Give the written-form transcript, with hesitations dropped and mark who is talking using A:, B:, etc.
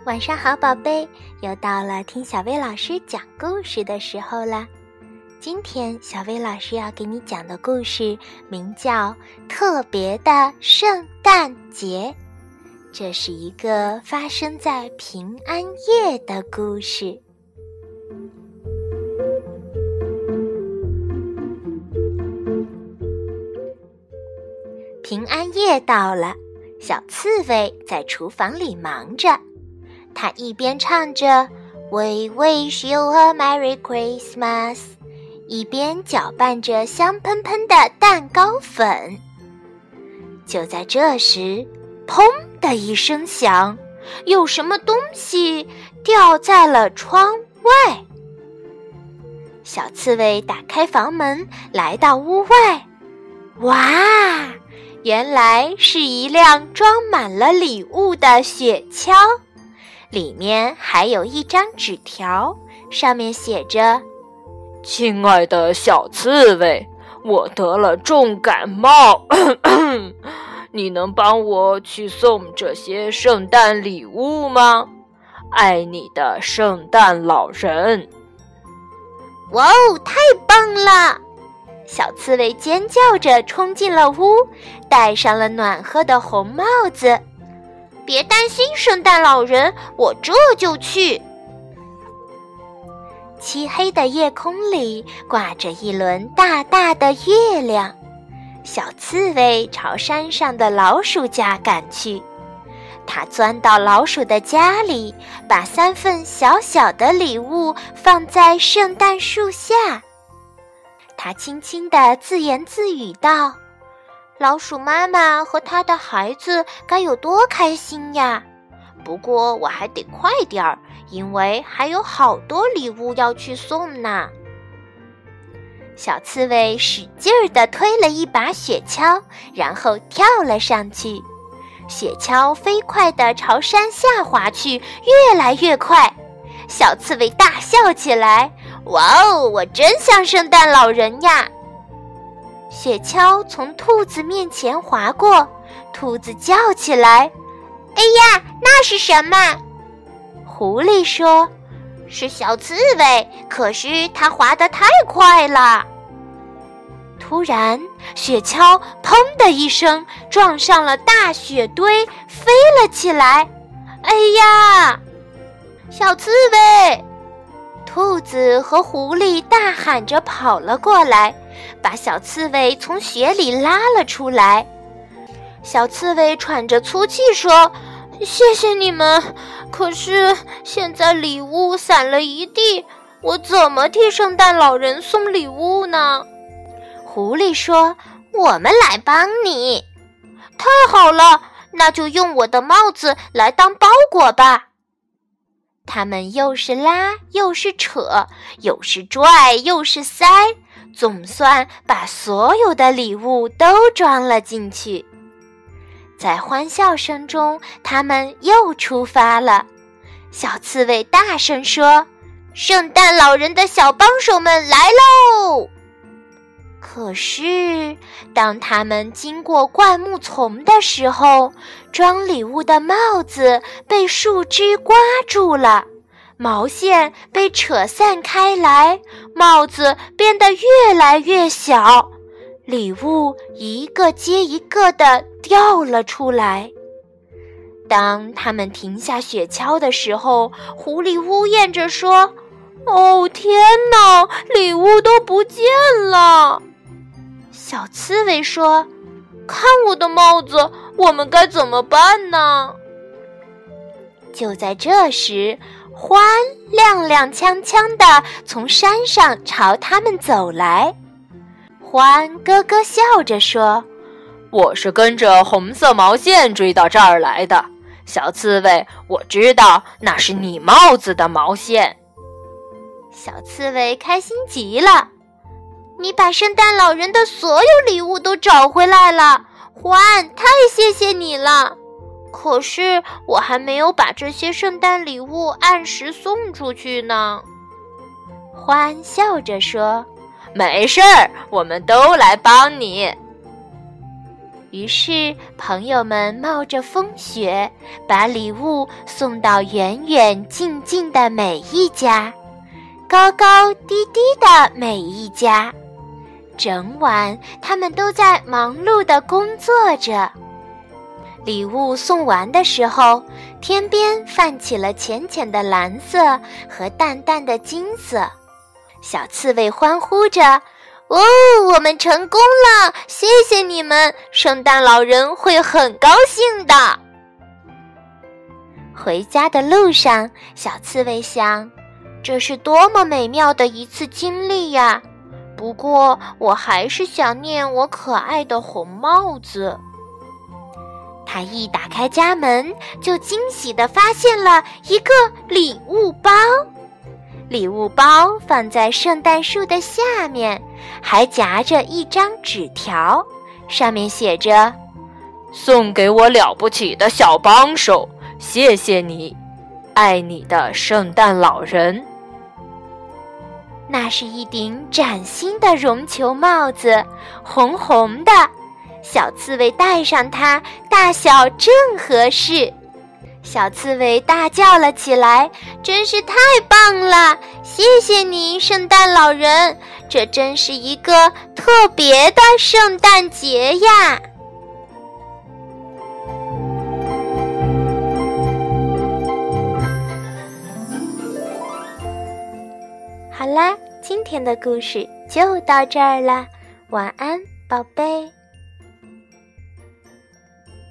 A: 晚上好，宝贝，又到了听小薇老师讲故事的时候了。今天小薇老师要给你讲的故事名叫《特别的圣诞节》，这是一个发生在平安夜的故事。平安夜到了，小刺猬在厨房里忙着，他一边唱着 We wish you a Merry Christmas， 一边搅拌着香喷喷的蛋糕粉。就在这时，砰的一声响，有什么东西掉在了窗外。小刺猬打开房门，来到屋外，哇！原来是一辆装满了礼物的雪橇，里面还有一张纸条，上面写着：
B: 亲爱的小刺猬，我得了重感冒，你能帮我去送这些圣诞礼物吗？爱你的圣诞老人。
A: 哇哦，太棒了！小刺猬尖叫着冲进了屋，戴上了暖和的红帽子。别担心，圣诞老人，我这就去。漆黑的夜空里挂着一轮大大的月亮，小刺猬朝山上的老鼠家赶去。它钻到老鼠的家里，把3份小小的礼物放在圣诞树下。他轻轻地自言自语道：老鼠妈妈和她的孩子该有多开心呀！不过我还得快点儿，因为还有好多礼物要去送呢。小刺猬使劲儿地推了一把雪橇，然后跳了上去。雪橇飞快地朝山下滑去，越来越快。小刺猬大笑起来，哇哦，我真像圣诞老人呀！雪橇从兔子面前滑过，兔子叫起来：哎呀，那是什么？狐狸说：是小刺猬，可是它滑得太快了。突然，雪橇砰的一声撞上了大雪堆，飞了起来。哎呀！小刺猬！兔子和狐狸大喊着跑了过来，把小刺猬从雪里拉了出来。小刺猬喘着粗气说：谢谢你们，可是现在礼物散了一地，我怎么替圣诞老人送礼物呢？狐狸说：我们来帮你。太好了，那就用我的帽子来当包裹吧。他们又是拉又是扯，又是拽又是塞，总算把所有的礼物都装了进去。在欢笑声中，他们又出发了。小刺猬大声说：圣诞老人的小帮手们来喽！可是当他们经过灌木丛的时候，装礼物的帽子被树枝刮住了，毛线被扯散开来，帽子变得越来越小，礼物一个接一个地掉了出来。当他们停下雪橇的时候，狐狸呜咽着说：哦，天哪，礼物都不见了。小刺猬说：看我的帽子，我们该怎么办呢？就在这时，獾踉踉跄跄地从山上朝他们走来。獾咯咯笑着说：
B: 我是跟着红色毛线追到这儿来的，小刺猬，我知道那是你帽子的毛线。
A: 小刺猬开心极了，你把圣诞老人的所有礼物都找回来了，獾，太谢谢你了。可是我还没有把这些圣诞礼物按时送出去呢。獾笑着说：
B: 没事儿，我们都来帮你。
A: 于是朋友们冒着风雪，把礼物送到远远近近的每一家，高高低低的每一家。整晚他们都在忙碌地工作着。礼物送完的时候，天边泛起了浅浅的蓝色和淡淡的金色。小刺猬欢呼着，哦，我们成功了！谢谢你们，圣诞老人会很高兴的。回家的路上，小刺猬想，这是多么美妙的一次经历呀！不过我还是想念我可爱的红帽子。他一打开家门，就惊喜地发现了一个礼物包。礼物包放在圣诞树的下面，还夹着一张纸条，上面写着：
B: 送给我了不起的小帮手，谢谢你，爱你的圣诞老人。
A: 那是一顶崭新的绒球帽子，红红的，小刺猬戴上它，大小正合适。小刺猬大叫了起来，真是太棒了！谢谢你，圣诞老人，这真是一个特别的圣诞节呀！好啦，今天的故事就到这儿了，晚安，宝贝。